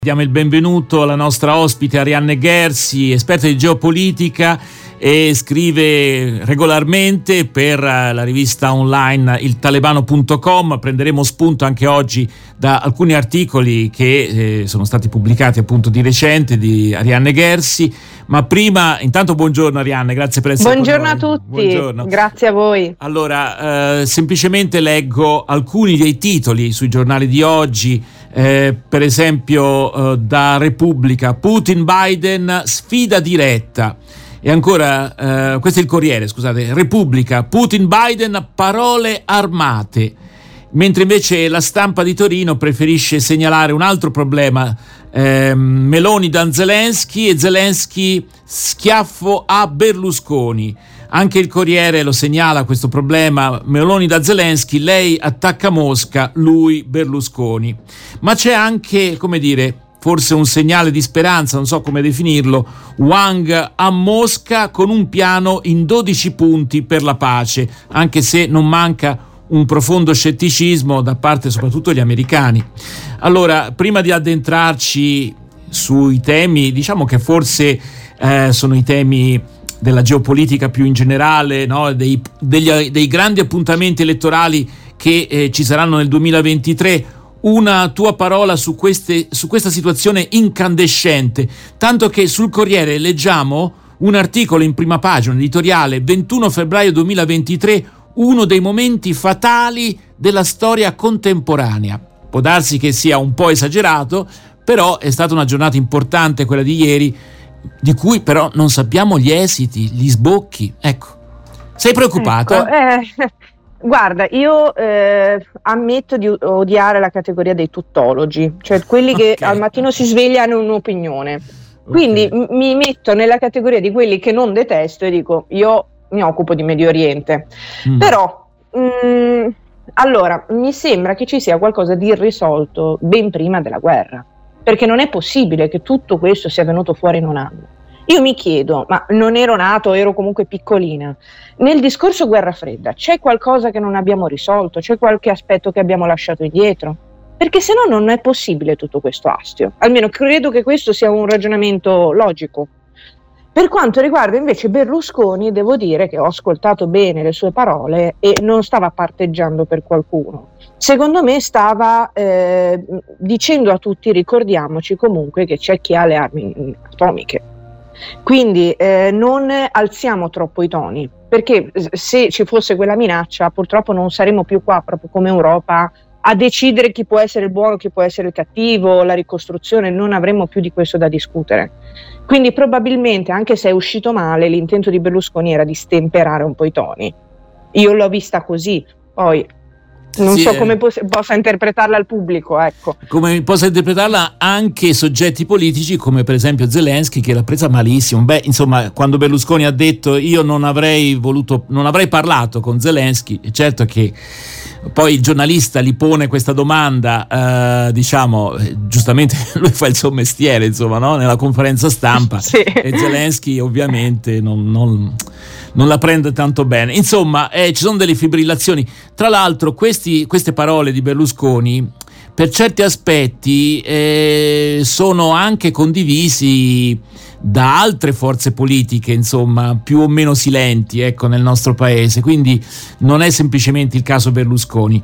Diamo il benvenuto alla nostra ospite Arianne Gherzi, esperta di geopolitica e scrive regolarmente per la rivista online iltalebano.com. Prenderemo spunto anche oggi da alcuni articoli che sono stati pubblicati appunto di recente di Arianne Gherzi. Ma prima, intanto buongiorno Arianne, grazie per essere buongiorno con noi. A tutti, buongiorno. Grazie a voi. Allora, semplicemente leggo alcuni dei titoli sui giornali di oggi. Per esempio da Repubblica, Putin-Biden sfida diretta. E ancora, questo è il Corriere, scusate, Repubblica, Putin-Biden parole armate. Mentre invece la Stampa di Torino preferisce segnalare un altro problema, Meloni da Zelensky e Zelensky schiaffo a Berlusconi. Anche il Corriere lo segnala questo problema, Meloni da Zelensky, lei attacca Mosca, lui Berlusconi. Ma c'è anche, come dire, forse un segnale di speranza, non so come definirlo, Wang a Mosca con un piano in 12 punti per la pace, anche se non manca un profondo scetticismo da parte soprattutto degli americani. Allora, prima di addentrarci sui temi, diciamo che forse sono i temi della geopolitica più in generale, no? dei grandi appuntamenti elettorali che ci saranno nel 2023, una tua parola su questa situazione incandescente, tanto che sul Corriere leggiamo un articolo in prima pagina, editoriale, 21 febbraio 2023, uno dei momenti fatali della storia contemporanea. Può darsi che sia un po' esagerato, però è stata una giornata importante quella di ieri, di cui però non sappiamo gli esiti, gli sbocchi. Ecco, sei preoccupato? Guarda, io ammetto di odiare la categoria dei tuttologi, cioè quelli che al mattino si svegliano un'opinione. Quindi mi metto nella categoria di quelli che non detesto e dico, io mi occupo di Medio Oriente. Però, allora, mi sembra che ci sia qualcosa di irrisolto ben prima della guerra. Perché non è possibile che tutto questo sia venuto fuori in un anno. Io mi chiedo, ma non ero nato, ero comunque piccolina. Nel discorso guerra fredda c'è qualcosa che non abbiamo risolto? C'è qualche aspetto che abbiamo lasciato indietro? Perché se no non è possibile tutto questo astio. Almeno credo che questo sia un ragionamento logico. Per quanto riguarda invece Berlusconi, devo dire che ho ascoltato bene le sue parole e non stava parteggiando per qualcuno. Secondo me stava dicendo a tutti, ricordiamoci comunque che c'è chi ha le armi atomiche. Quindi non alziamo troppo i toni, perché se ci fosse quella minaccia purtroppo non saremo più qua proprio come Europa a decidere chi può essere il buono, chi può essere il cattivo, la ricostruzione, non avremo più di questo da discutere. Quindi probabilmente, anche se è uscito male, l'intento di Berlusconi era di stemperare un po' i toni. Io l'ho vista così, poi non so come possa interpretarla il pubblico, ecco. Come possa interpretarla anche soggetti politici come per esempio Zelensky, che l'ha presa malissimo. Beh, insomma, quando Berlusconi ha detto io non avrei parlato con Zelensky, è certo che poi il giornalista gli pone questa domanda, giustamente lui fa il suo mestiere, insomma, no? Nella conferenza stampa, sì. E Zelensky ovviamente non la prende tanto bene. Insomma, ci sono delle fibrillazioni. Tra l'altro queste parole di Berlusconi per certi aspetti sono anche condivisi da altre forze politiche, insomma, più o meno silenti, ecco, nel nostro paese. Quindi non è semplicemente il caso Berlusconi.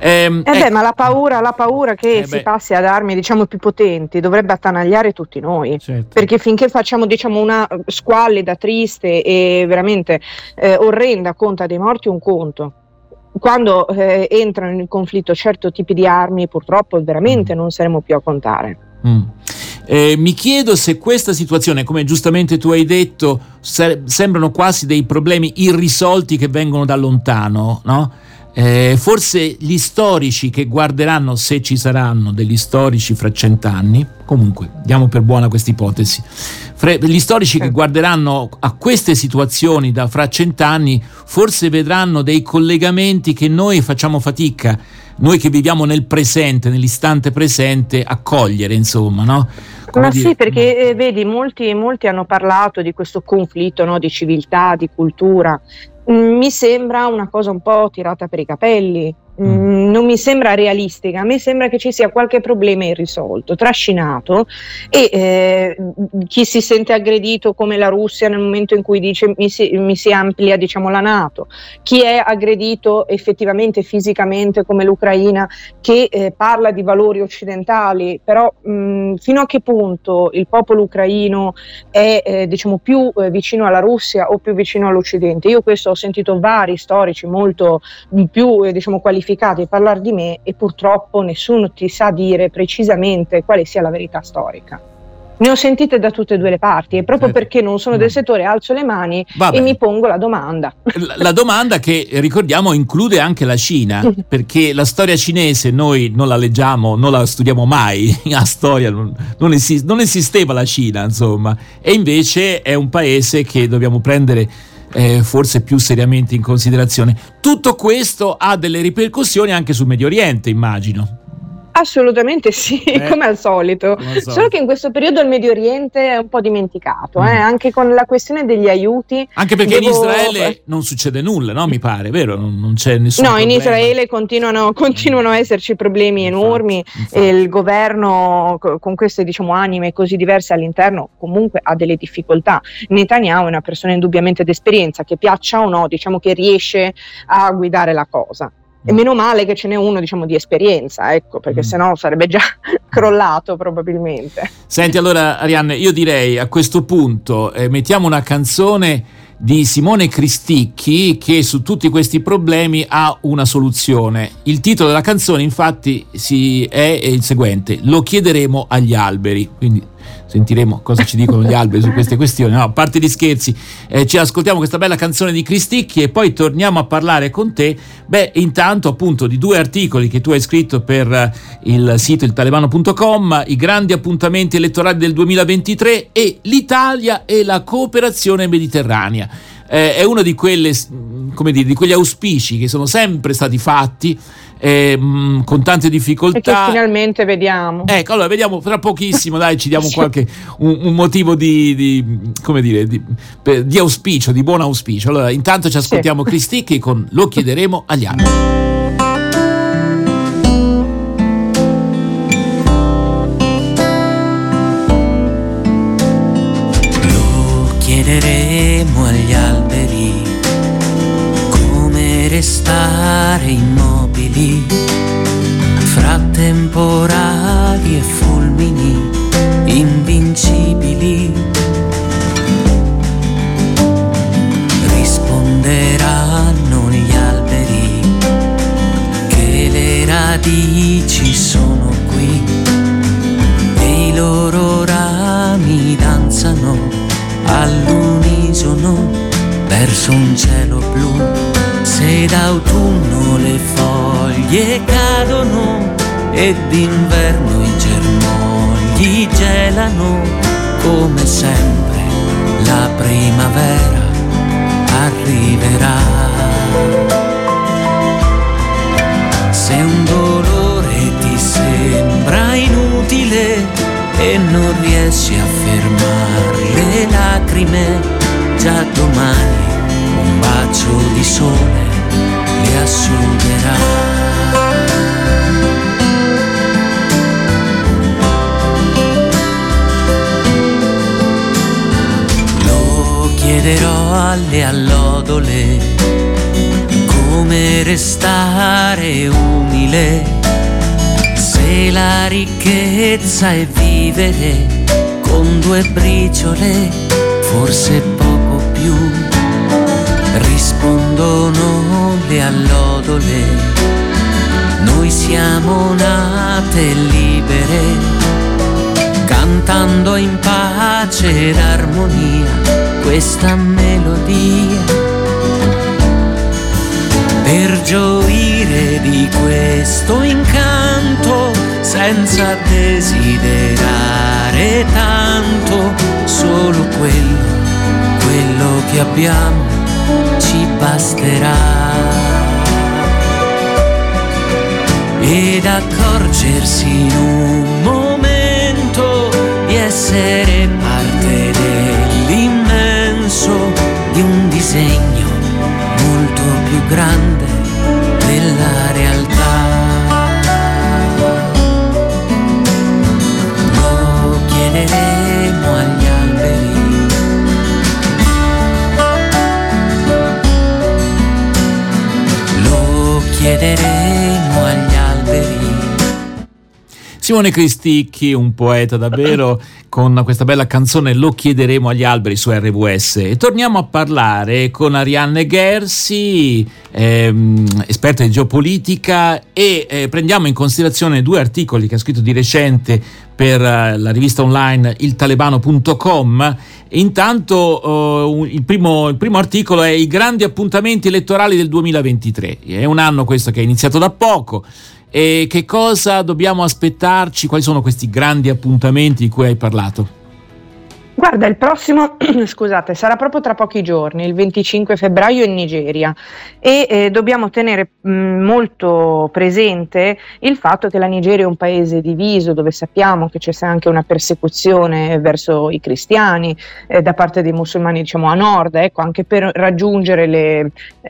Ma la paura che si passi ad armi, diciamo, più potenti dovrebbe attanagliare tutti noi. Certo. Perché finché facciamo, diciamo, una squallida, triste e veramente orrenda conta dei morti, un conto. Quando entrano in conflitto certi tipi di armi, purtroppo veramente non saremo più a contare. Mi chiedo se questa situazione, come giustamente tu hai detto, sembrano quasi dei problemi irrisolti che vengono da lontano, no? Forse gli storici che guarderanno, se ci saranno degli storici fra 100 anni, comunque diamo per buona questa ipotesi, gli storici che guarderanno a queste situazioni da fra 100 anni forse vedranno dei collegamenti che noi facciamo fatica, noi che viviamo nel presente, nell'istante presente, a cogliere, insomma, no? Ma sì, perché vedi, molti hanno parlato di questo conflitto, no, di civiltà, di cultura. Mi sembra una cosa un po' tirata per i capelli. Non mi sembra realistica, a me sembra che ci sia qualche problema irrisolto, trascinato, e chi si sente aggredito come la Russia nel momento in cui dice mi si amplia, diciamo, la NATO, chi è aggredito effettivamente fisicamente come l'Ucraina, che parla di valori occidentali, però fino a che punto il popolo ucraino è diciamo più vicino alla Russia o più vicino all'Occidente? Io questo ho sentito vari storici molto più diciamo qualificati parlare di me, e purtroppo nessuno ti sa dire precisamente quale sia la verità storica. Ne ho sentite da tutte e due le parti, e proprio perché non sono del settore alzo le mani e mi pongo la domanda. La domanda che, ricordiamo, include anche la Cina, perché la storia cinese noi non la leggiamo, non la studiamo mai a storia, non esisteva la Cina, insomma, e invece è un paese che dobbiamo prendere forse più seriamente in considerazione. Tutto questo ha delle ripercussioni anche sul Medio Oriente, immagino. Assolutamente sì, come al solito. Solo che in questo periodo il Medio Oriente è un po' dimenticato, anche con la questione degli aiuti. Anche perché in Israele non succede nulla, no? Mi pare, vero? Non c'è nessun problema. In Israele continuano a esserci problemi enormi, infatti. E il governo con queste diciamo anime così diverse all'interno comunque ha delle difficoltà. Netanyahu è una persona indubbiamente d'esperienza, che piaccia o no, diciamo che riesce a guidare la cosa. E meno male che ce n'è uno, diciamo, di esperienza, ecco, perché sennò sarebbe già crollato probabilmente. Senti, allora Arianne, io direi a questo punto mettiamo una canzone di Simone Cristicchi che su tutti questi problemi ha una soluzione. Il titolo della canzone infatti è il seguente: Lo chiederemo agli alberi. Quindi sentiremo cosa ci dicono gli alberi su queste questioni. No, a parte gli scherzi, ci ascoltiamo questa bella canzone di Cristicchi e poi torniamo a parlare con te. Intanto appunto di due articoli che tu hai scritto per il sito iltalebano.com: i grandi appuntamenti elettorali del 2023 e l'Italia e la cooperazione mediterranea. È uno di quelle, come dire, di quegli auspici che sono sempre stati fatti con tante difficoltà, e che finalmente vediamo. Ecco, allora vediamo fra pochissimo, dai, ci diamo qualche un motivo come dire, di auspicio, di buon auspicio. Allora intanto ci ascoltiamo Cristicchi con Lo chiederemo agli altri. Lo chiederemo agli alberi, come restare immobili fra temporali e fulmini invincibili. Risponderanno gli alberi che le radici sono qui e i loro rami danzano all'unisono verso un cielo blu. Se d'autunno le foglie cadono e d'inverno i germogli gelano, come sempre la primavera arriverà. Se un dolore ti sembra inutile e non riesci a fermare le lacrime, già domani un bacio di sole le asciugherà. Lo chiederò alle allodole, come restare umile, se la ricchezza è vivere con due briciole, forse poco più. Rispondono le allodole, noi siamo nate libere, cantando in pace ed armonia questa melodia, per gioire di questo incanto senza desiderare tanto, solo quello che abbiamo ci basterà. Ed accorgersi in un momento di essere parte dell'immenso, di un disegno molto più grande della realtà. Simone Cristicchi, un poeta davvero, con questa bella canzone Lo chiederemo agli alberi su RWS. E torniamo a parlare con Arianne Gersi, esperta di geopolitica, e prendiamo in considerazione 2 articoli che ha scritto di recente per la rivista online iltalebano.com. Intanto il primo articolo è i grandi appuntamenti elettorali del 2023. È un anno questo che è iniziato da poco. E che cosa dobbiamo aspettarci? Quali sono questi grandi appuntamenti di cui hai parlato? Guarda, il prossimo, scusate, sarà proprio tra pochi giorni, il 25 febbraio in Nigeria, e dobbiamo tenere molto presente il fatto che la Nigeria è un paese diviso, dove sappiamo che c'è anche una persecuzione verso i cristiani da parte dei musulmani, diciamo a nord, anche per raggiungere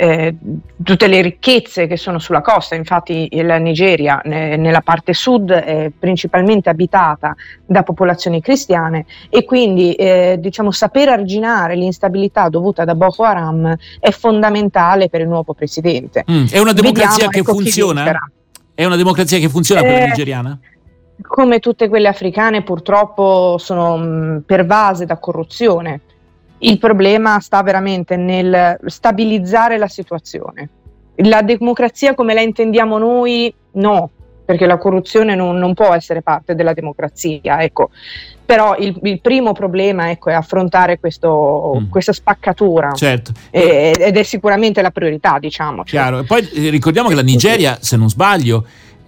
tutte le ricchezze che sono sulla costa. Infatti la Nigeria nella parte sud è principalmente abitata da popolazioni cristiane, e quindi diciamo saper arginare l'instabilità dovuta da Boko Haram è fondamentale per il nuovo presidente. È una democrazia che funziona? È una democrazia che funziona quella nigeriana? Come tutte quelle africane, purtroppo sono pervase da corruzione. Il problema sta veramente nel stabilizzare la situazione. La democrazia come la intendiamo noi, no, perché la corruzione non può essere parte della democrazia, ecco. Però il primo problema, ecco, è affrontare questa spaccatura, certo. Ed è sicuramente la priorità, diciamo. Chiaro. E poi ricordiamo che la Nigeria, se non sbaglio,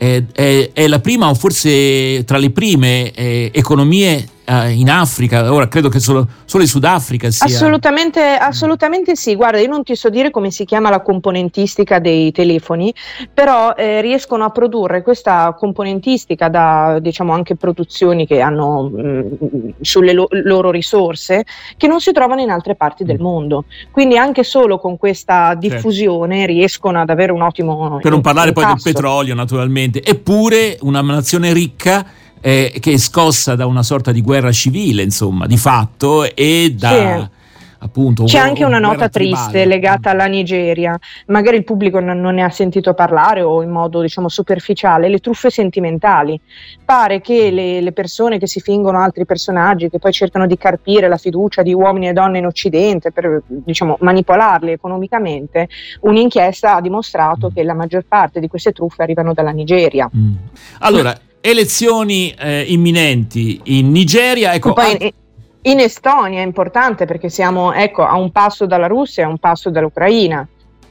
è la prima, o forse tra le prime economie in Africa. Ora credo che solo il Sudafrica sia... Assolutamente sì. Guarda, io non ti so dire come si chiama la componentistica dei telefoni, però riescono a produrre questa componentistica da, diciamo, anche produzioni che hanno sulle loro risorse, che non si trovano in altre parti del mondo. Quindi anche solo con questa diffusione riescono ad avere un ottimo per non parlare poi incasso. del petrolio, naturalmente. Eppure una nazione ricca che è scossa da una sorta di guerra civile, insomma, di fatto, e da appunto c'è anche una nota tribale, triste legata alla Nigeria. Magari il pubblico non ne ha sentito parlare, o in modo, diciamo, superficiale: le truffe sentimentali. Pare che le persone che si fingono altri personaggi, che poi cercano di carpire la fiducia di uomini e donne in Occidente per, diciamo, manipolarli economicamente, un'inchiesta ha dimostrato che la maggior parte di queste truffe arrivano dalla Nigeria. Allora, elezioni imminenti in Nigeria, ecco. Poi in Estonia è importante, perché siamo, ecco, a un passo dalla Russia e a un passo dall'Ucraina.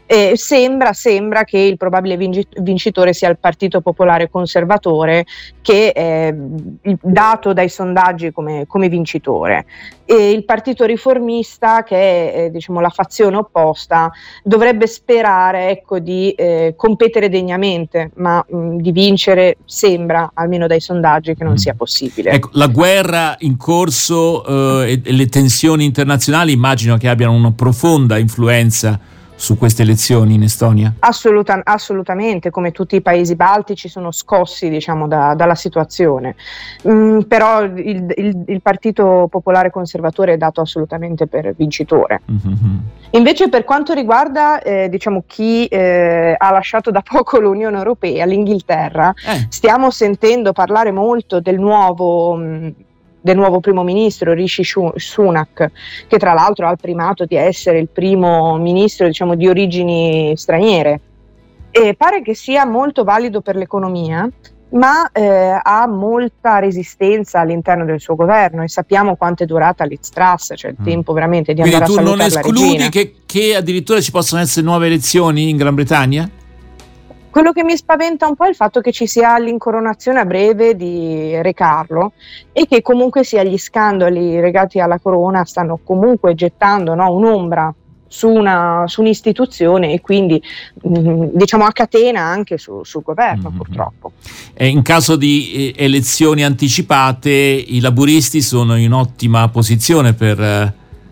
Sembra che il probabile vincitore sia il Partito Popolare Conservatore, che è dato dai sondaggi come vincitore. E il Partito Riformista, che è diciamo la fazione opposta, dovrebbe sperare, ecco, di competere degnamente, ma di vincere sembra, almeno dai sondaggi, che non sia possibile. Ecco, la guerra in corso e le tensioni internazionali immagino che abbiano una profonda influenza su queste elezioni in Estonia? Assolutamente, come tutti i paesi baltici sono scossi, diciamo, dalla situazione. Però il Partito Popolare Conservatore è dato assolutamente per vincitore. Invece, per quanto riguarda diciamo chi ha lasciato da poco l'Unione Europea, l'Inghilterra, stiamo sentendo parlare molto del nuovo primo ministro Rishi Sunak, che tra l'altro ha il primato di essere il primo ministro, diciamo, di origini straniere, e pare che sia molto valido per l'economia, ma ha molta resistenza all'interno del suo governo, e sappiamo quanto è durata Liz Truss, cioè il tempo veramente di Quindi andare a salutare la regina. Tu non escludi che addirittura ci possano essere nuove elezioni in Gran Bretagna? Quello che mi spaventa un po' è il fatto che ci sia l'incoronazione a breve di Re Carlo, e che comunque sia gli scandali legati alla corona stanno comunque gettando, no, un'ombra su un'istituzione, e quindi diciamo a catena anche sul governo, purtroppo. In caso di elezioni anticipate, i laburisti sono in ottima posizione per...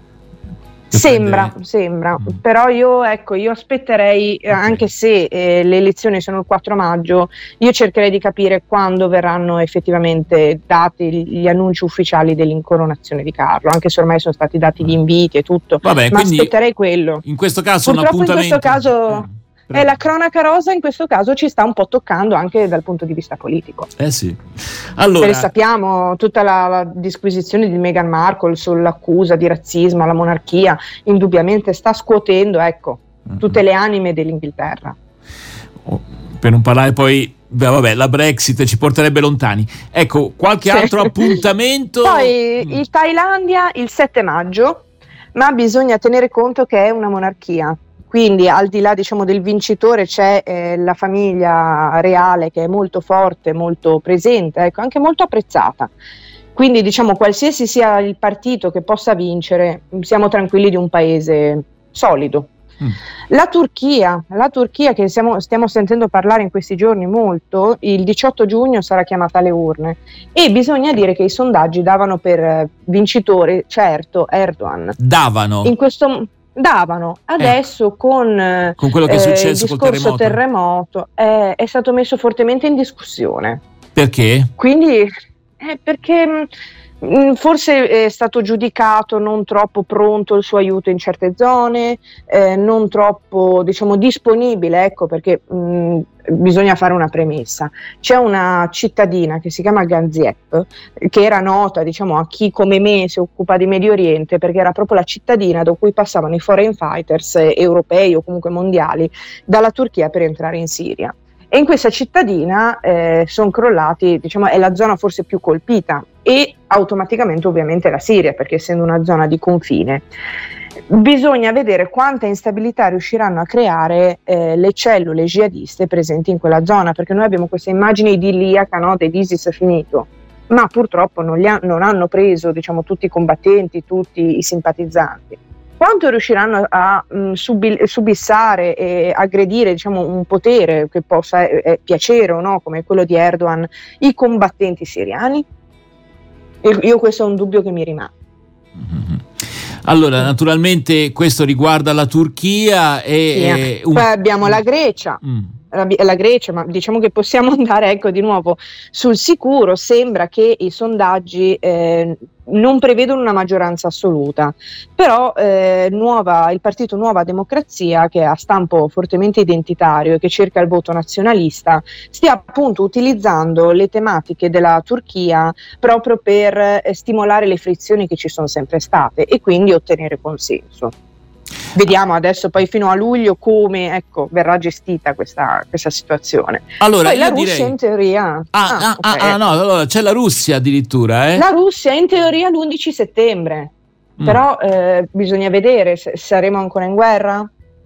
Sembra, però io aspetterei, anche se le elezioni sono il 4 maggio, io cercherei di capire quando verranno effettivamente dati gli annunci ufficiali dell'incoronazione di Carlo, anche se ormai sono stati dati gli inviti e tutto. Vabbè, ma aspetterei quello. In questo caso purtroppo un appuntamento... in questo caso E la cronaca rosa in questo caso ci sta un po' toccando anche dal punto di vista politico. Sì. Allora, sappiamo tutta la disquisizione di Meghan Markle sull'accusa di razzismo alla monarchia, indubbiamente sta scuotendo, tutte le anime dell'Inghilterra. Per non parlare poi, la Brexit ci porterebbe lontani. Ecco, qualche altro appuntamento? Poi il Thailandia il 7 maggio, ma bisogna tenere conto che è una monarchia. Quindi al di là del vincitore c'è la famiglia reale che è molto forte, molto presente, anche molto apprezzata. Quindi qualsiasi sia il partito che possa vincere, siamo tranquilli di un paese solido. La Turchia che stiamo sentendo parlare in questi giorni molto, il 18 giugno sarà chiamata alle urne e bisogna dire che i sondaggi davano per vincitore certo Erdogan. Davano adesso con quello che è successo il discorso terremoto è stato messo fortemente in discussione. Perché? Quindi perché forse è stato giudicato non troppo pronto il suo aiuto in certe zone, non troppo disponibile, perché bisogna fare una premessa. C'è una cittadina che si chiama Gaziantep, che era nota a chi come me si occupa di Medio Oriente, perché era proprio la cittadina da cui passavano i foreign fighters europei o comunque mondiali dalla Turchia per entrare in Siria. E in questa cittadina sono crollati, è la zona forse più colpita, e automaticamente ovviamente la Siria, perché essendo una zona di confine. Bisogna vedere quanta instabilità riusciranno a creare le cellule jihadiste presenti in quella zona, perché noi abbiamo questa immagine idilliaca, no, dell'ISIS finito, ma purtroppo non hanno preso tutti i combattenti, tutti i simpatizzanti. Quanto riusciranno a subissare e aggredire un potere che possa piacere o no, come quello di Erdogan, i combattenti siriani? Io questo è un dubbio che mi rimane. Allora, naturalmente questo riguarda la Turchia e poi abbiamo la Grecia. La Grecia, ma che possiamo andare di nuovo sul sicuro. Sembra che i sondaggi non prevedono una maggioranza assoluta, però il partito Nuova Democrazia, che ha stampo fortemente identitario e che cerca il voto nazionalista, stia appunto utilizzando le tematiche della Turchia proprio per stimolare le frizioni che ci sono sempre state e quindi ottenere consenso. Vediamo adesso poi fino a luglio come verrà gestita questa situazione. Allora, poi la Russia in teoria allora c'è la Russia addirittura, La Russia in teoria l'11 settembre. Però bisogna vedere se saremo ancora in guerra.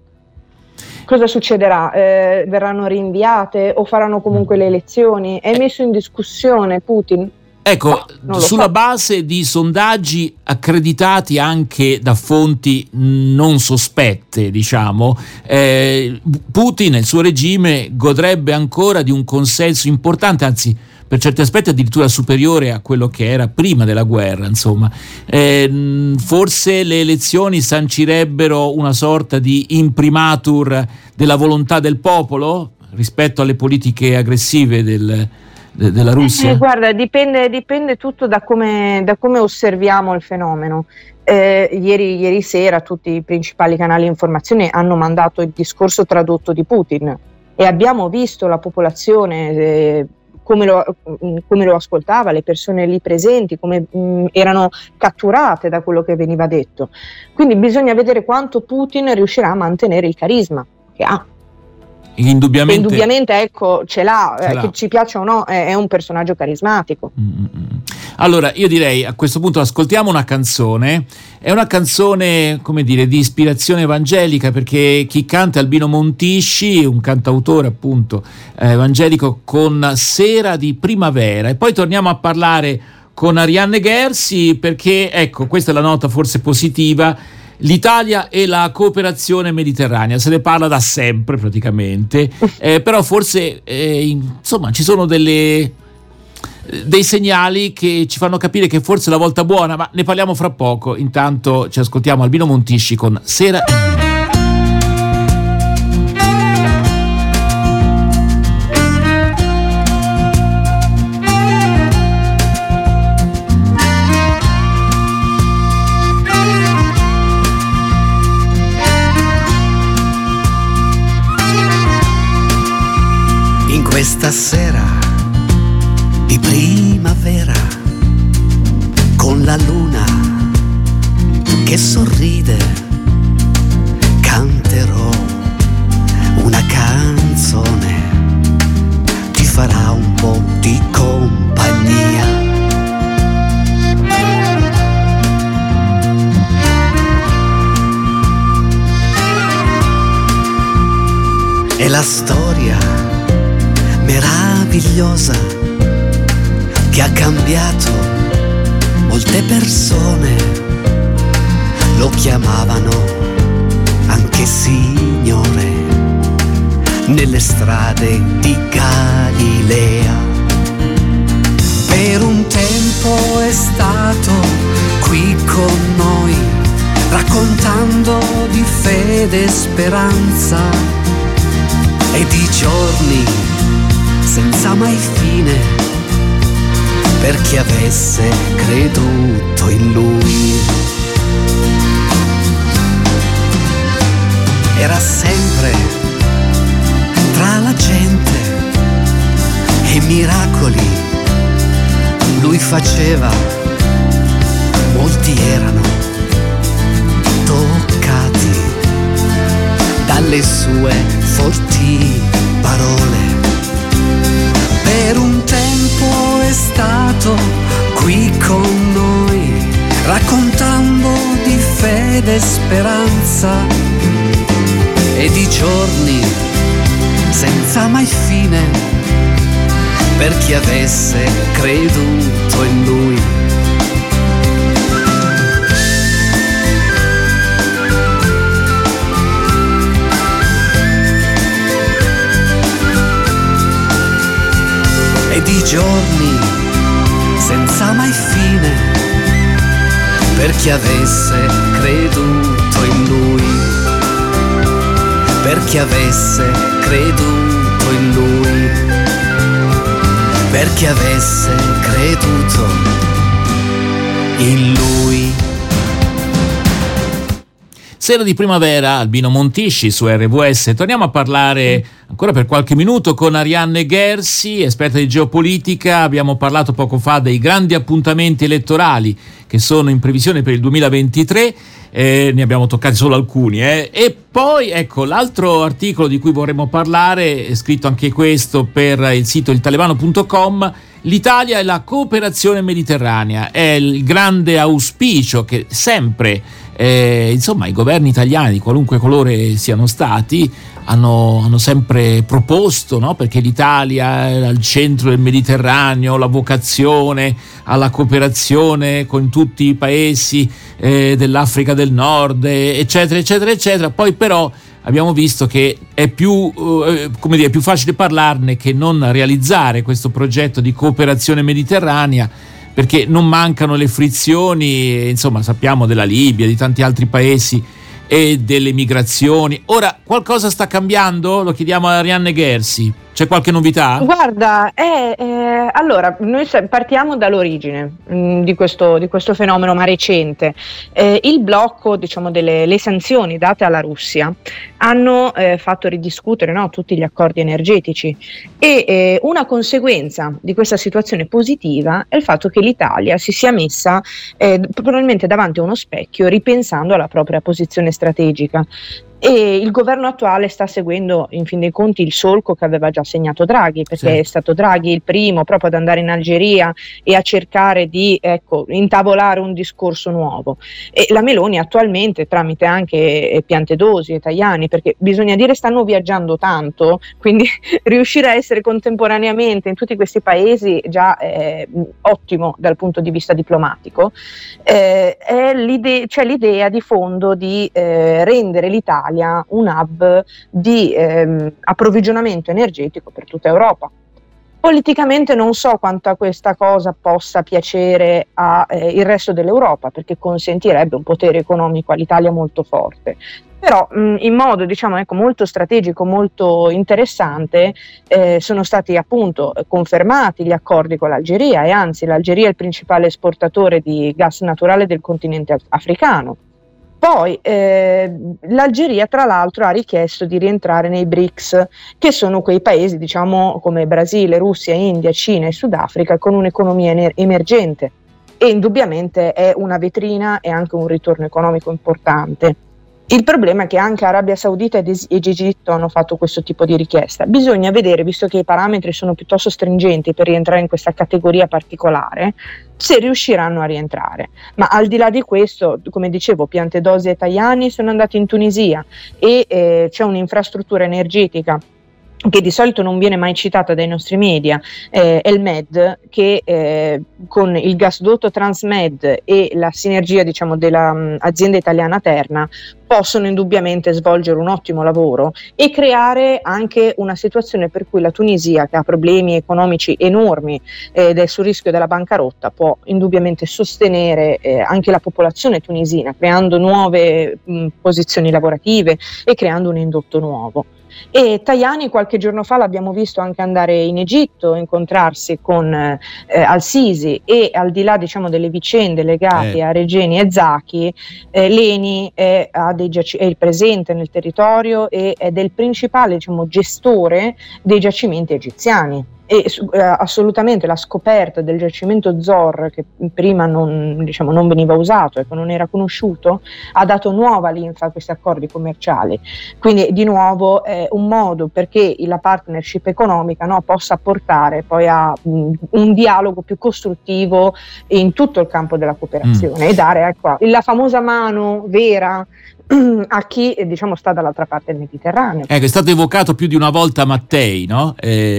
Cosa succederà? Verranno rinviate o faranno comunque le elezioni? È messo in discussione Putin? Ecco, sulla base di sondaggi accreditati anche da fonti non sospette, Putin e il suo regime godrebbe ancora di un consenso importante, anzi per certi aspetti addirittura superiore a quello che era prima della guerra, forse le elezioni sancirebbero una sorta di imprimatur della volontà del popolo rispetto alle politiche aggressive della Russia? Guarda, dipende tutto da come osserviamo il fenomeno. Ieri sera tutti i principali canali di informazione hanno mandato il discorso tradotto di Putin e abbiamo visto la popolazione come lo ascoltava, le persone lì presenti, come erano catturate da quello che veniva detto. Quindi bisogna vedere quanto Putin riuscirà a mantenere il carisma che ha. Indubbiamente ce l'ha. Che ci piaccia o no, è un personaggio carismatico. Allora io direi a questo punto ascoltiamo una canzone. È una canzone, di ispirazione evangelica, perché chi canta è Albino Montisci, un cantautore appunto evangelico, con Sera di primavera, e poi torniamo a parlare con Arianne Gherzi, perché questa è la nota forse positiva. L'Italia e la cooperazione mediterranea, se ne parla da sempre praticamente, però forse ci sono dei segnali che ci fanno capire che forse è la volta buona, ma ne parliamo fra poco. Intanto ci ascoltiamo Albino Montisci con Sera. Questa sera di primavera, con la luna che sorride, canterò una canzone, ti farà un po' di compagnia. È la storia meravigliosa che ha cambiato molte persone, lo chiamavano anche Signore nelle strade di Galilea. Per un tempo è stato qui con noi, raccontando di fede e speranza e di giorni senza mai fine per chi avesse creduto in Lui. Era sempre tra la gente e miracoli Lui faceva, molti erano toccati dalle sue forti parole. Per un tempo è stato qui con noi, raccontando di fede e speranza e di giorni senza mai fine per chi avesse creduto in Lui. E di giorni senza mai fine per chi avesse creduto in Lui, per chi avesse creduto in Lui, per chi avesse creduto in Lui. Sera di primavera, Albino Montisci su RVS. Torniamo a parlare ancora per qualche minuto con Arianne Ghersi, esperta di geopolitica. Abbiamo parlato poco fa dei grandi appuntamenti elettorali che sono in previsione per il 2023, ne abbiamo toccati solo alcuni. E poi, ecco, l'altro articolo di cui vorremmo parlare, è scritto anche questo per il sito iltalebano.com, l'Italia e la cooperazione mediterranea. È il grande auspicio che sempre insomma i governi italiani di qualunque colore siano stati hanno sempre proposto, no? Perché l'Italia è al centro del Mediterraneo, la vocazione alla cooperazione con tutti i paesi dell'Africa del Nord, eccetera eccetera eccetera. Poi però abbiamo visto che è più più facile parlarne che non realizzare questo progetto di cooperazione mediterranea, perché non mancano le frizioni, insomma sappiamo della Libia, di tanti altri paesi e delle migrazioni. Ora qualcosa sta cambiando? Lo chiediamo a Arianne Ghersi. C'è qualche novità? Guarda, allora noi partiamo dall'origine di questo fenomeno ma recente. Il blocco, diciamo, le sanzioni date alla Russia hanno fatto ridiscutere, no, tutti gli accordi energetici e una conseguenza di questa situazione positiva è il fatto che l'Italia si sia messa probabilmente davanti a uno specchio ripensando alla propria posizione strategica. E il governo attuale sta seguendo in fin dei conti il solco che aveva già segnato Draghi, perché sì, è stato Draghi il primo proprio ad andare in Algeria e a cercare di intavolare un discorso nuovo, e la Meloni attualmente tramite anche Piantedosi e Tajani, perché bisogna dire stanno viaggiando tanto, quindi riuscire a essere contemporaneamente in tutti questi paesi già ottimo dal punto di vista diplomatico. È l'idea di fondo di rendere l'Italia un hub di approvvigionamento energetico per tutta Europa. Politicamente non so quanto questa cosa possa piacere al resto dell'Europa, perché consentirebbe un potere economico all'Italia molto forte. Però in modo, diciamo, molto strategico, molto interessante, sono stati appunto confermati gli accordi con l'Algeria, e anzi l'Algeria è il principale esportatore di gas naturale del continente africano. Poi l'Algeria tra l'altro ha richiesto di rientrare nei BRICS, che sono quei paesi diciamo come Brasile, Russia, India, Cina e Sudafrica con un'economia emergente, e indubbiamente è una vetrina e anche un ritorno economico importante. Il problema è che anche Arabia Saudita ed Egitto hanno fatto questo tipo di richiesta. Bisogna vedere, visto che i parametri sono piuttosto stringenti per rientrare in questa categoria particolare, se riusciranno a rientrare. Ma al di là di questo, come dicevo, Piantedosi e Tajani sono andati in Tunisia e c'è un'infrastruttura energetica che di solito non viene mai citata dai nostri media, El Med, che con il gasdotto Transmed e la sinergia diciamo dell'azienda italiana Terna possono indubbiamente svolgere un ottimo lavoro e creare anche una situazione per cui la Tunisia, che ha problemi economici enormi ed è sul rischio della bancarotta, può indubbiamente sostenere anche la popolazione tunisina, creando nuove posizioni lavorative e creando un indotto nuovo. E Tajani qualche giorno fa l'abbiamo visto anche andare in Egitto, incontrarsi con Al-Sisi, e al di là diciamo delle vicende legate a Regeni e Zaki, l'ENI è il presente nel territorio e è del principale diciamo gestore dei giacimenti egiziani. E assolutamente la scoperta del giacimento Zohr, che prima non veniva usato e che non era conosciuto, ha dato nuova linfa a questi accordi commerciali. Quindi di nuovo è un modo perché la partnership economica possa portare poi a un dialogo più costruttivo in tutto il campo della cooperazione e dare la famosa mano vera a chi diciamo sta dall'altra parte del Mediterraneo. È stato evocato più di una volta Mattei, no?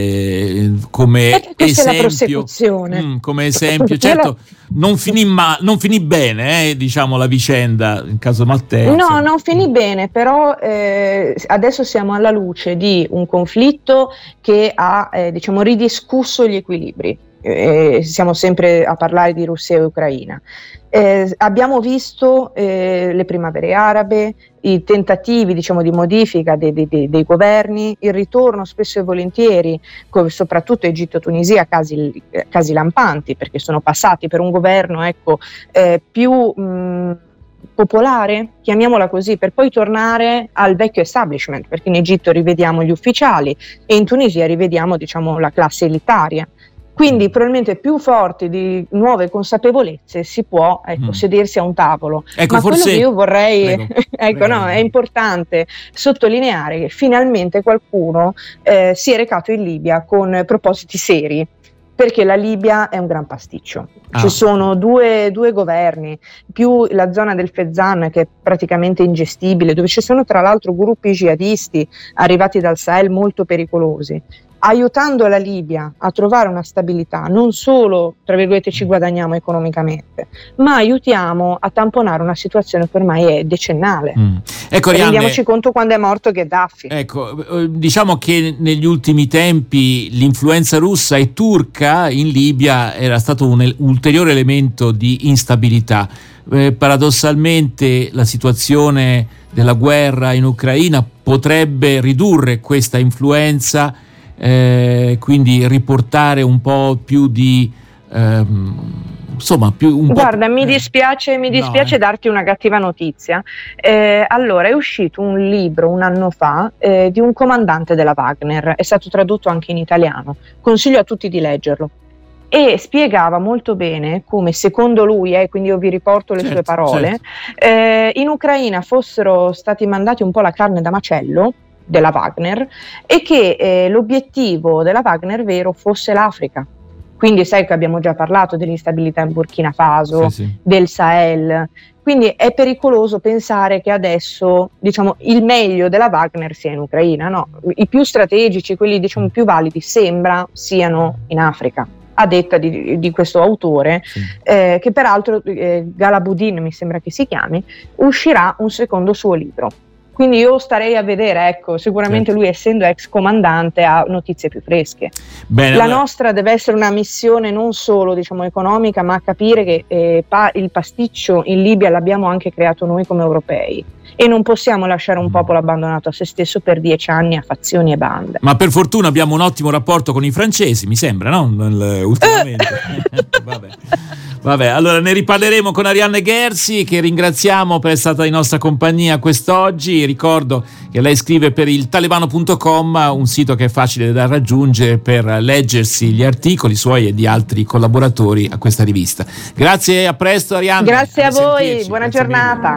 Come esempio, è la prosecuzione. Come esempio, certo, non finì bene, diciamo, la vicenda in caso Mattei. No, non finì bene, però adesso siamo alla luce di un conflitto che ha diciamo ridiscusso gli equilibri. Siamo sempre a parlare di Russia e Ucraina. Abbiamo visto le primavere arabe, i tentativi diciamo di modifica dei governi, il ritorno spesso e volentieri, soprattutto Egitto-Tunisia, casi lampanti, perché sono passati per un governo più popolare, chiamiamola così, per poi tornare al vecchio establishment, perché in Egitto rivediamo gli ufficiali e in Tunisia rivediamo diciamo la classe elitaria. Quindi probabilmente più forti di nuove consapevolezze si può sedersi a un tavolo. Ma quello che io vorrei, è importante sottolineare che finalmente qualcuno si è recato in Libia con propositi seri, perché la Libia è un gran pasticcio. Ci sono due governi, più la zona del Fezzan che è praticamente ingestibile, dove ci sono tra l'altro gruppi jihadisti arrivati dal Sahel molto pericolosi. Aiutando la Libia a trovare una stabilità, non solo, tra virgolette, ci guadagniamo economicamente, ma aiutiamo a tamponare una situazione che ormai è decennale. Rendiamoci conto quando è morto Gheddafi. Diciamo che negli ultimi tempi l'influenza russa e turca in Libia era stato un ulteriore elemento di instabilità. Paradossalmente la situazione della guerra in Ucraina potrebbe ridurre questa influenza, quindi riportare un po' più di Guarda, mi dispiace darti una cattiva notizia. Allora, è uscito un libro un anno fa di un comandante della Wagner, è stato tradotto anche in italiano, consiglio a tutti di leggerlo, e spiegava molto bene come secondo lui, quindi io vi riporto le sue parole, in Ucraina fossero stati mandati un po' la carne da macello della Wagner e che l'obiettivo della Wagner vero fosse l'Africa. Quindi sai che abbiamo già parlato dell'instabilità in Burkina Faso, del Sahel, quindi è pericoloso pensare che adesso diciamo il meglio della Wagner sia in Ucraina, no? I più strategici, quelli diciamo più validi sembra siano in Africa, a detta di questo autore, che peraltro Galabuddin mi sembra che si chiami, uscirà un secondo suo libro. Quindi io starei a vedere, sicuramente lui essendo ex comandante ha notizie più fresche. La nostra deve essere una missione non solo diciamo economica, ma capire che il pasticcio in Libia l'abbiamo anche creato noi come europei e non possiamo lasciare un popolo abbandonato a se stesso per 10 anni a fazioni e bande. Ma per fortuna abbiamo un ottimo rapporto con i francesi, mi sembra, no? Ultimamente. Vabbè. Vabbè, allora ne riparleremo con Arianna Gherzi, che ringraziamo per essere stata in nostra compagnia quest'oggi. Ricordo che lei scrive per il talebano.com, un sito che è facile da raggiungere per leggersi gli articoli suoi e di altri collaboratori a questa rivista. Grazie, a presto Arianna. Grazie a voi, buona giornata.